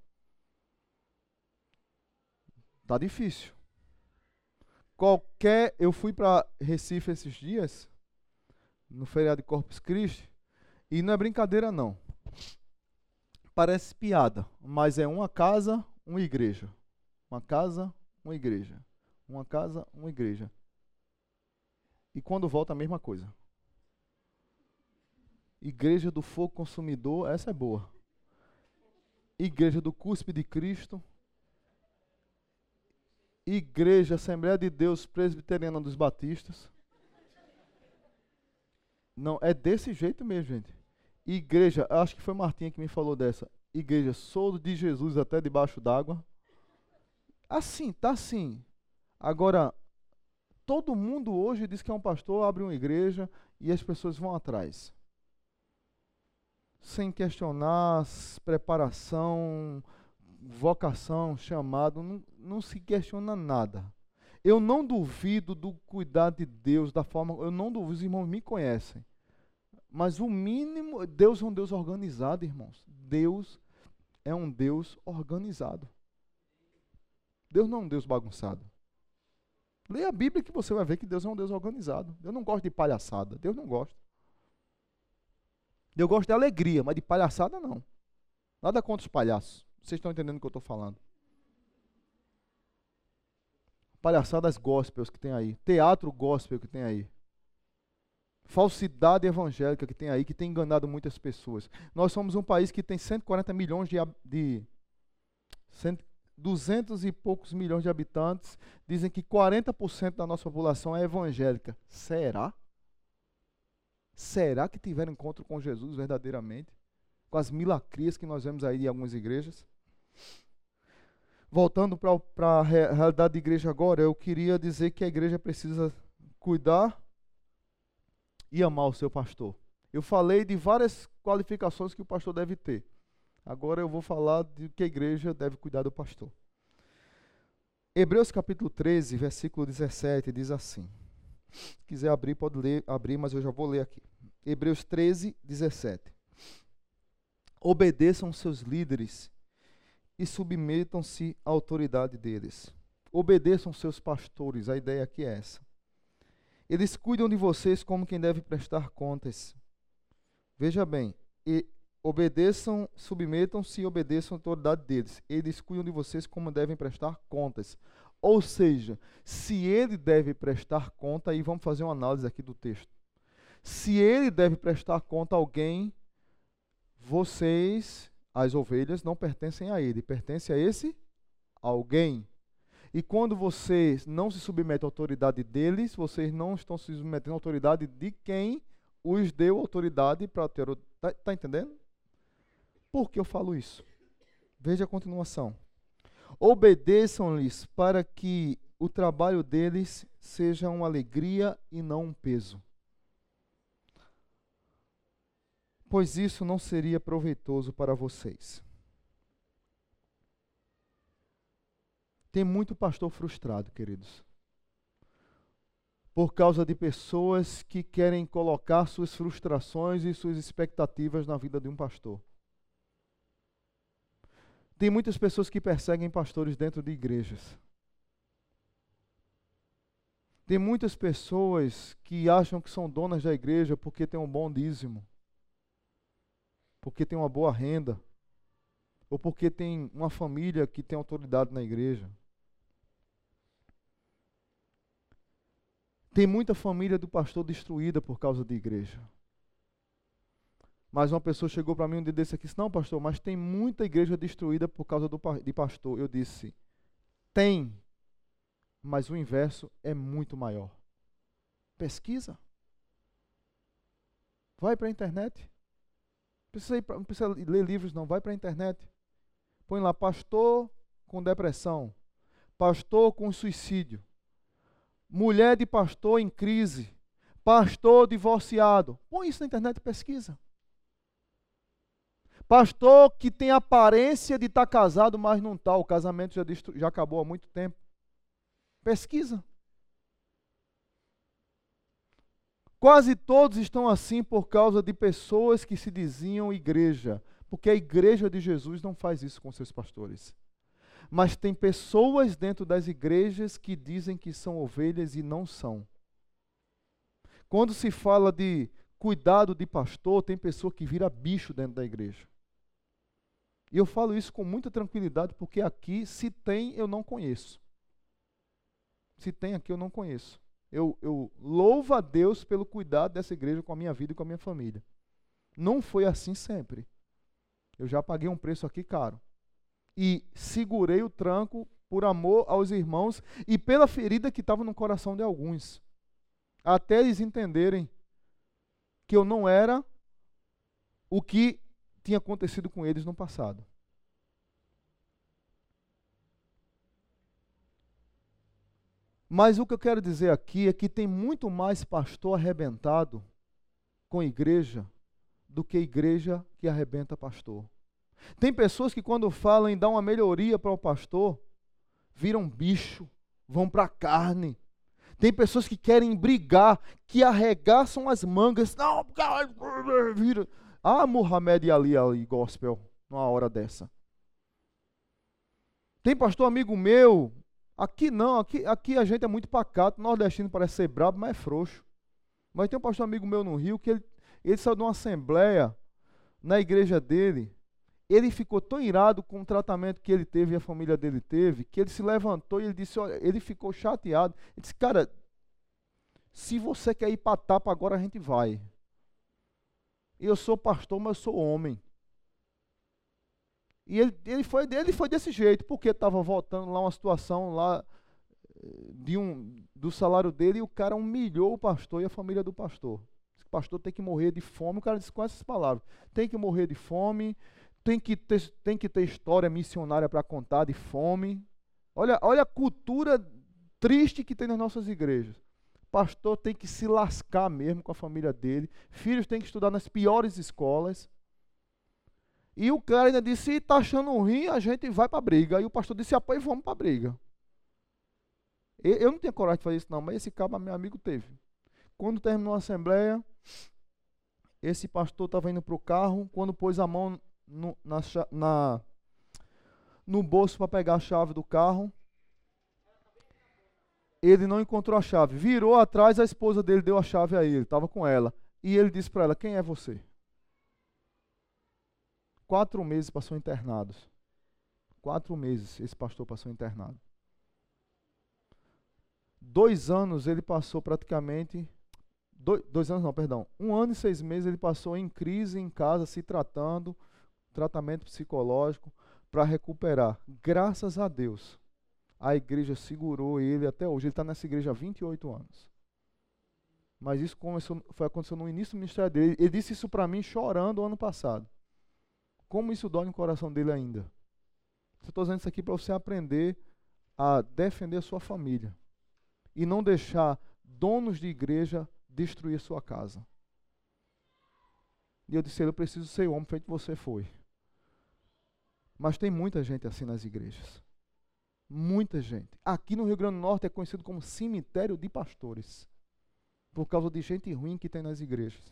Está difícil. Qualquer... Eu fui para Recife esses dias, no feriado de Corpus Christi, e não é brincadeira não. Parece piada, mas é uma casa, uma igreja. Uma casa, uma igreja. Uma casa, uma igreja. E quando volta a mesma coisa. Igreja do Fogo Consumidor, essa é boa. Igreja do Cuspe de Cristo. Igreja Assembleia de Deus Presbiteriana dos Batistas. Não, é desse jeito mesmo, gente. Igreja, acho que foi Martinha que me falou dessa. Igreja Sou de Jesus até debaixo d'água. Assim, tá assim. Agora, todo mundo hoje diz que é um pastor, abre uma igreja e as pessoas vão atrás. Sem questionar preparação, vocação, chamado, não, não se questiona nada. Eu não duvido do cuidado de Deus, da forma, eu não duvido, os irmãos me conhecem. Mas o mínimo, Deus é um Deus organizado, irmãos. Deus é um Deus organizado. Deus não é um Deus bagunçado. Leia a Bíblia que você vai ver que Deus é um Deus organizado. Deus não gosta de palhaçada, Deus não gosta. Eu gosto de alegria, mas de palhaçada não. Nada contra os palhaços. Vocês estão entendendo o que eu estou falando. Palhaçadas gospels que tem aí. Teatro gospel que tem aí. Falsidade evangélica que tem aí, que tem enganado muitas pessoas. Nós somos um país que tem cento e quarenta milhões de... de duzentos e poucos milhões de habitantes. Dizem que quarenta por cento da nossa população é evangélica. Será? Será que tiveram encontro com Jesus verdadeiramente? Com as milacrias que nós vemos aí em algumas igrejas? Voltando para a realidade da igreja agora, eu queria dizer que a igreja precisa cuidar e amar o seu pastor. Eu falei de várias qualificações que o pastor deve ter. Agora eu vou falar de que a igreja deve cuidar do pastor. Hebreus capítulo treze, versículo dezessete, diz assim. Se quiser abrir, pode ler, abrir, mas eu já vou ler aqui. Hebreus treze, dezessete. Obedeçam seus líderes e submetam-se à autoridade deles. Obedeçam seus pastores, a ideia aqui é essa. Eles cuidam de vocês como quem deve prestar contas. Veja bem, e obedeçam, submetam-se e obedeçam à autoridade deles. Eles cuidam de vocês como devem prestar contas. Ou seja, se ele deve prestar conta, aí vamos fazer uma análise aqui do texto. Se ele deve prestar conta a alguém, vocês, As ovelhas não pertencem a ele, pertence a esse alguém. E quando vocês não se submetem à autoridade deles, vocês não estão se submetendo à autoridade de quem os deu autoridade para ter. Está tá entendendo? Por que eu falo isso? Veja a continuação. Obedeçam-lhes para que o trabalho deles seja uma alegria e não um peso. Pois isso não seria proveitoso para vocês. Tem muito pastor frustrado, queridos, por causa de pessoas que querem colocar suas frustrações e suas expectativas na vida de um pastor. Tem muitas pessoas que perseguem pastores dentro de igrejas. Tem muitas pessoas que acham que são donas da igreja porque tem um bom dízimo, porque tem uma boa renda, ou porque tem uma família que tem autoridade na igreja. Tem muita família do pastor destruída por causa de igreja. Mas uma pessoa chegou para mim um dia desse aqui e disse, não, pastor, mas tem muita igreja destruída por causa do, de pastor. Eu disse, tem, mas o inverso é muito maior. Pesquisa. Vai para a internet. Não precisa, ir pra, não precisa ler livros, não. Vai para a internet. Põe lá, pastor com depressão, pastor com suicídio, mulher de pastor em crise, pastor divorciado. Põe isso na internet e pesquisa. Pastor que tem aparência de estar casado, mas não está. O casamento já, destru... já acabou há muito tempo. Pesquisa. Quase todos estão assim por causa de pessoas que se diziam igreja. Porque a igreja de Jesus não faz isso com seus pastores. Mas tem pessoas dentro das igrejas que dizem que são ovelhas e não são. Quando se fala de cuidado de pastor, tem pessoa que vira bicho dentro da igreja. E eu falo isso com muita tranquilidade, porque aqui, se tem, eu não conheço. Se tem aqui, eu não conheço. Eu, eu louvo a Deus pelo cuidado dessa igreja com a minha vida e com a minha família. Não foi assim sempre. Eu já paguei um preço aqui caro. E segurei o tranco por amor aos irmãos e pela ferida que estava no coração de alguns. Até eles entenderem que eu não era o que tinha acontecido com eles no passado. Mas o que eu quero dizer aqui é que tem muito mais pastor arrebentado com igreja do que igreja que arrebenta pastor. Tem pessoas que quando falam em dar uma melhoria para o pastor, viram bicho, vão para a carne. Tem pessoas que querem brigar, que arregaçam as mangas. Não, vira. Ah, Muhammad e Ali, Ali, gospel, numa hora dessa. Tem pastor amigo meu, aqui não, aqui, aqui a gente é muito pacato, nordestino parece ser brabo, mas é frouxo. Mas tem um pastor amigo meu no Rio, que ele, ele saiu de uma assembleia na igreja dele, ele ficou tão irado com o tratamento que ele teve e a família dele teve, que ele se levantou e ele disse, olha, ele ficou chateado. Ele disse, cara, se você quer ir para a tapa, agora a gente vai. Eu sou pastor, mas eu sou homem. E ele, ele, foi, ele foi desse jeito, porque estava voltando lá uma situação lá de um, do salário dele e o cara humilhou o pastor e a família do pastor. O pastor tem que morrer de fome. O cara disse com essas palavras, tem que morrer de fome, tem que ter, tem que ter história missionária para contar de fome. Olha, olha a cultura triste que tem nas nossas igrejas. Pastor tem que se lascar mesmo com a família dele. Filhos têm que estudar nas piores escolas. E o cara ainda disse, se está achando ruim, a gente vai para a briga. Aí o pastor disse, apoia e vamos para a briga. Eu não tenho coragem de fazer isso não, mas esse cara, meu amigo, teve. Quando terminou a assembleia, esse pastor estava indo para o carro, quando pôs a mão no, na, na, no bolso para pegar a chave do carro, ele não encontrou a chave. Virou atrás, a esposa dele deu a chave a ele, estava com ela. E ele disse para ela, quem é você? Quatro meses passou internado. Quatro meses esse pastor passou internado. Dois anos ele passou praticamente... Dois, dois anos não, perdão. Um ano e seis meses ele passou em crise, em casa, se tratando, tratamento psicológico para recuperar. Graças a Deus, a igreja segurou ele até hoje. Ele está nessa igreja há vinte e oito anos. Mas isso começou, foi acontecendo no início do ministério dele. Ele disse isso para mim chorando ano passado. Como isso dói no coração dele ainda. Eu estou dizendo isso aqui para você aprender a defender a sua família. E não deixar donos de igreja destruir sua casa. E eu disse, eu preciso ser homem feito você foi. Mas tem muita gente assim nas igrejas. Muita gente. Aqui no Rio Grande do Norte é conhecido como cemitério de pastores. Por causa de gente ruim que tem nas igrejas.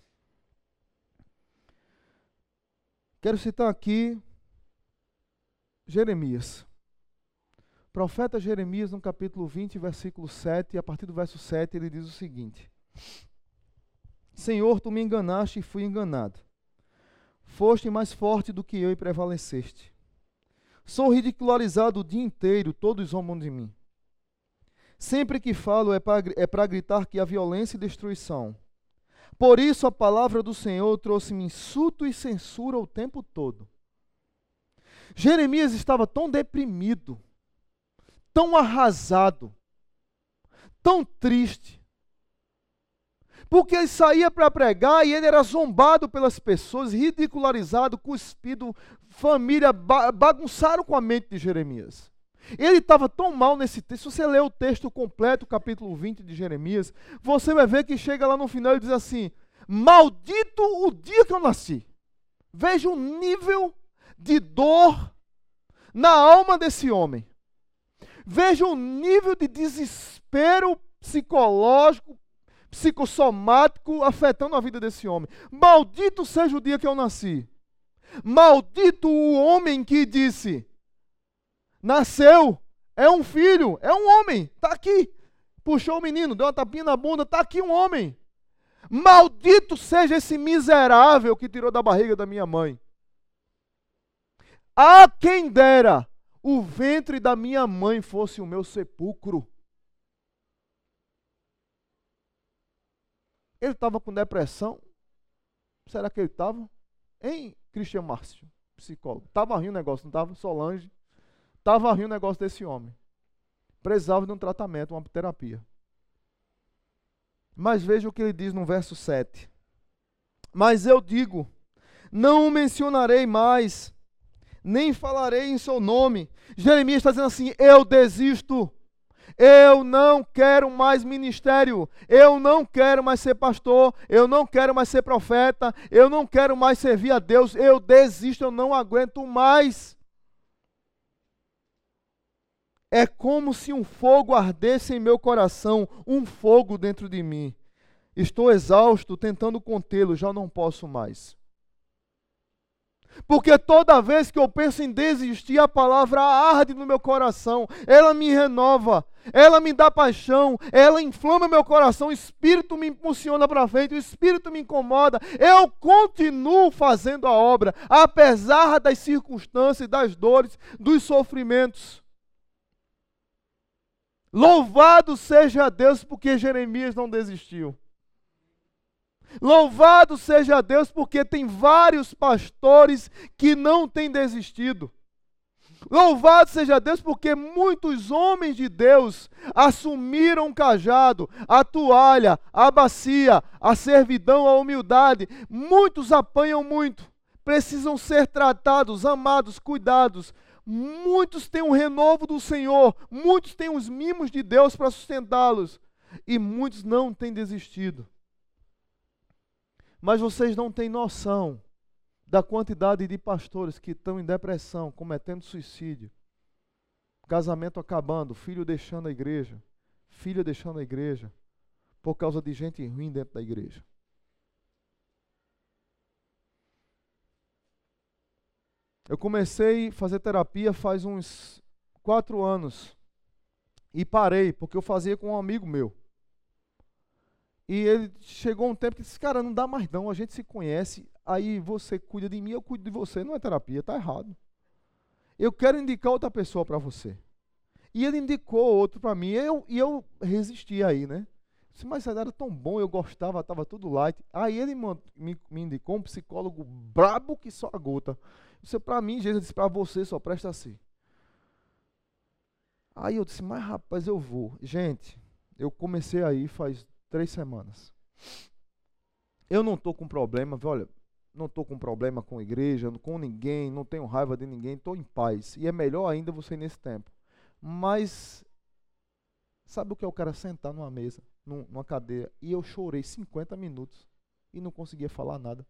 Quero citar aqui Jeremias. O profeta Jeremias, no capítulo vinte, versículo sete, a partir do verso sete, ele diz o seguinte: Senhor, tu me enganaste e fui enganado. Foste mais forte do que eu e prevaleceste. Sou ridicularizado o dia inteiro, todos zombam de mim. Sempre que falo é para é para gritar que há violência e destruição. Por isso a palavra do Senhor trouxe-me insulto e censura o tempo todo. Jeremias estava tão deprimido, tão arrasado, tão triste, porque ele saía para pregar e ele era zombado pelas pessoas, ridicularizado, cuspido, família, bagunçaram com a mente de Jeremias. Ele estava tão mal nesse texto. Se você ler o texto completo, o capítulo vinte de Jeremias, você vai ver que chega lá no final e diz assim: maldito o dia que eu nasci. Veja o nível de dor na alma desse homem. Veja o nível de desespero psicológico, psicossomático afetando a vida desse homem. Maldito seja o dia que eu nasci. Maldito o homem que disse: nasceu, é um filho, é um homem, está aqui. Puxou o menino, deu uma tapinha na bunda, está aqui um homem. Maldito seja esse miserável que tirou da barriga da minha mãe. A quem dera o ventre da minha mãe fosse o meu sepulcro. Ele estava com depressão? Será que ele estava? Hein, Cristian Márcio, psicólogo. Estava rindo o negócio, não estava? Solange. Estava rindo o negócio desse homem. Precisava de um tratamento, uma terapia. Mas veja o que ele diz no verso sete. Mas eu digo, não o mencionarei mais, nem falarei em seu nome. Jeremias está dizendo assim: eu desisto. Eu não quero mais ministério, eu não quero mais ser pastor, eu não quero mais ser profeta, eu não quero mais servir a Deus, eu desisto, eu não aguento mais. É como se um fogo ardesse em meu coração, um fogo dentro de mim. Estou exausto, tentando contê-lo, já não posso mais. Porque toda vez que eu penso em desistir, a palavra arde no meu coração, ela me renova, ela me dá paixão, ela inflama meu coração, o Espírito me impulsiona para frente, o Espírito me incomoda, eu continuo fazendo a obra, apesar das circunstâncias, das dores, dos sofrimentos. Louvado seja Deus porque Jeremias não desistiu. Louvado seja Deus porque tem vários pastores que não têm desistido. Louvado seja Deus porque muitos homens de Deus assumiram o cajado, a toalha, a bacia, a servidão, a humildade. Muitos apanham muito, precisam ser tratados, amados, cuidados. Muitos têm o renovo do Senhor, muitos têm os mimos de Deus para sustentá-los e muitos não têm desistido. Mas vocês não têm noção da quantidade de pastores que estão em depressão, cometendo suicídio, casamento acabando, filho deixando a igreja, filha deixando a igreja, por causa de gente ruim dentro da igreja. Eu comecei a fazer terapia faz uns quatro anos e parei, porque eu fazia com um amigo meu. E ele chegou um tempo que disse: cara, não dá mais não, a gente se conhece, aí você cuida de mim, eu cuido de você, não é terapia, está errado. Eu quero indicar outra pessoa para você. E ele indicou outro para mim, e eu, e eu resisti aí, né? disse, mas era tão bom, eu gostava, estava tudo light. Aí ele me, me indicou um psicólogo brabo que só a gota. Isso para mim, Jesus disse, para você só presta assim. Aí eu disse, mas rapaz, eu vou. Gente, eu comecei aí faz três semanas. Eu não estou com problema, olha, não estou com problema com a igreja, com ninguém, não tenho raiva de ninguém, estou em paz. E é melhor ainda você ir nesse tempo. Mas, sabe o que é o cara sentar numa mesa, numa cadeira, e eu chorei cinquenta minutos e não conseguia falar nada.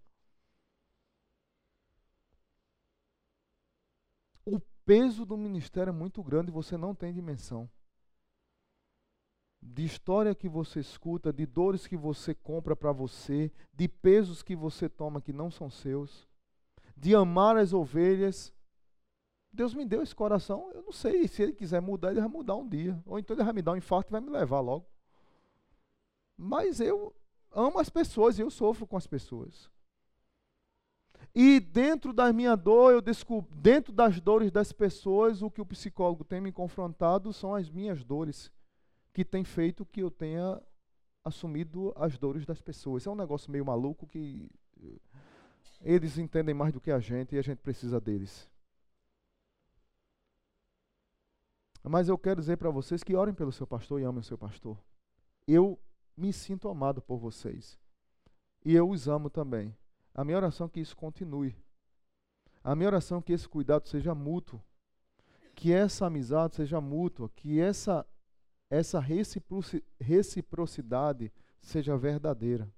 O peso do ministério é muito grande e você não tem dimensão. De história que você escuta, de dores que você compra para você, de pesos que você toma que não são seus, de amar as ovelhas. Deus me deu esse coração, eu não sei, se Ele quiser mudar, Ele vai mudar um dia. Ou então Ele vai me dar um infarto e vai me levar logo. Mas eu amo as pessoas e eu sofro com as pessoas. E dentro da minha dor, eu descubro, dentro das dores das pessoas, o que o psicólogo tem me confrontado são as minhas dores, que tem feito que eu tenha assumido as dores das pessoas. É um negócio meio maluco que eles entendem mais do que a gente e a gente precisa deles. Mas eu quero dizer para vocês que orem pelo seu pastor e amem o seu pastor. Eu me sinto amado por vocês. E eu os amo também. A minha oração é que isso continue. A minha oração é que esse cuidado seja mútuo. Que essa amizade seja mútua. Que essa, essa reciprocidade seja verdadeira.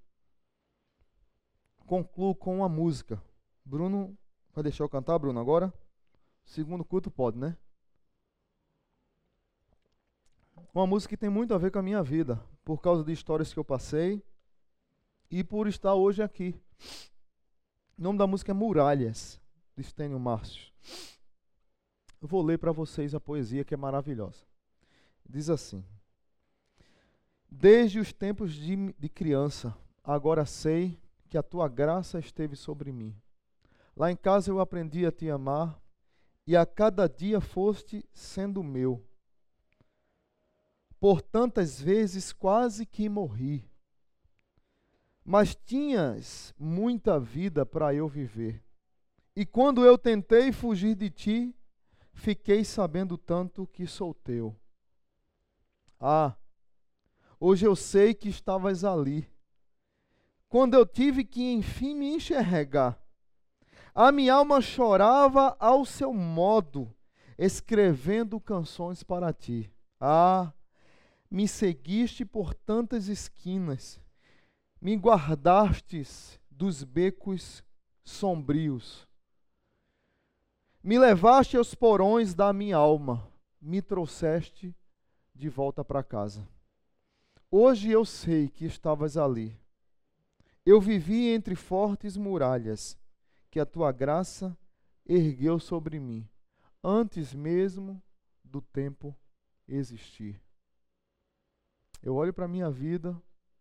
Concluo com uma música. Bruno, vai deixar eu cantar, Bruno, agora? Segundo culto pode, né? Uma música que tem muito a ver com a minha vida, por causa de histórias que eu passei e por estar hoje aqui. O nome da música é Muralhas, de Estênio Márcio. Eu vou ler para vocês a poesia que é maravilhosa. Diz assim: desde os tempos de, de criança, agora sei que a tua graça esteve sobre mim. Lá em casa eu aprendi a te amar e a cada dia foste sendo meu. Por tantas vezes quase que morri. Mas tinhas muita vida para eu viver. E quando eu tentei fugir de ti, fiquei sabendo tanto que sou teu. Ah, hoje eu sei que estavas ali. Quando eu tive que enfim me enxergar, a minha alma chorava ao seu modo, escrevendo canções para ti. Ah, me seguiste por tantas esquinas, me guardastes dos becos sombrios, me levaste aos porões da minha alma, me trouxeste de volta para casa. Hoje eu sei que estavas ali. Eu vivi entre fortes muralhas, que a tua graça ergueu sobre mim, antes mesmo do tempo existir. Eu olho para a minha vida,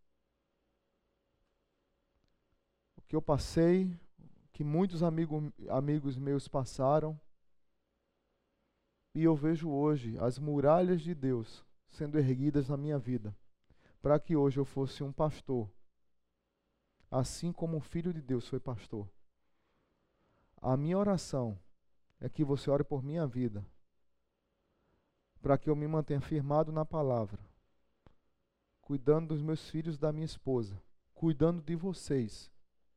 o que eu passei, que muitos amigo, amigos meus passaram, e eu vejo hoje as muralhas de Deus sendo erguidas na minha vida, para que hoje eu fosse um pastor, assim como o Filho de Deus foi pastor. A minha oração é que você ore por minha vida, para que eu me mantenha firmado na palavra, cuidando dos meus filhos e da minha esposa, cuidando de vocês,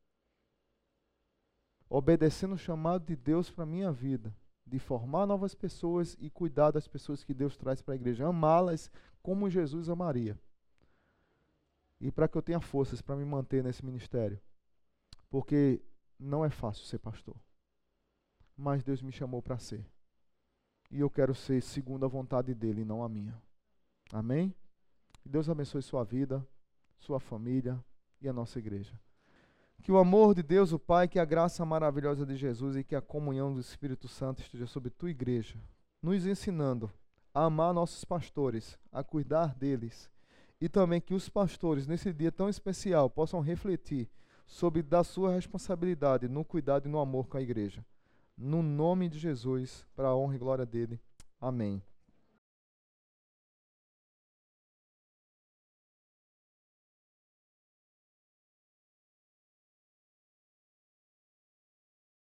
obedecendo o chamado de Deus para a minha vida, de formar novas pessoas e cuidar das pessoas que Deus traz para a igreja, amá-las como Jesus amaria. E para que eu tenha forças para me manter nesse ministério, porque não é fácil ser pastor, mas Deus me chamou para ser, e eu quero ser segundo a vontade dEle e não a minha. Amém? Que Deus abençoe sua vida, sua família e a nossa igreja. Que o amor de Deus, o Pai, que a graça maravilhosa de Jesus e que a comunhão do Espírito Santo esteja sobre tua igreja, nos ensinando a amar nossos pastores, a cuidar deles, e também que os pastores, nesse dia tão especial, possam refletir sobre da sua responsabilidade no cuidado e no amor com a igreja. No nome de Jesus, para a honra e glória dele. Amém.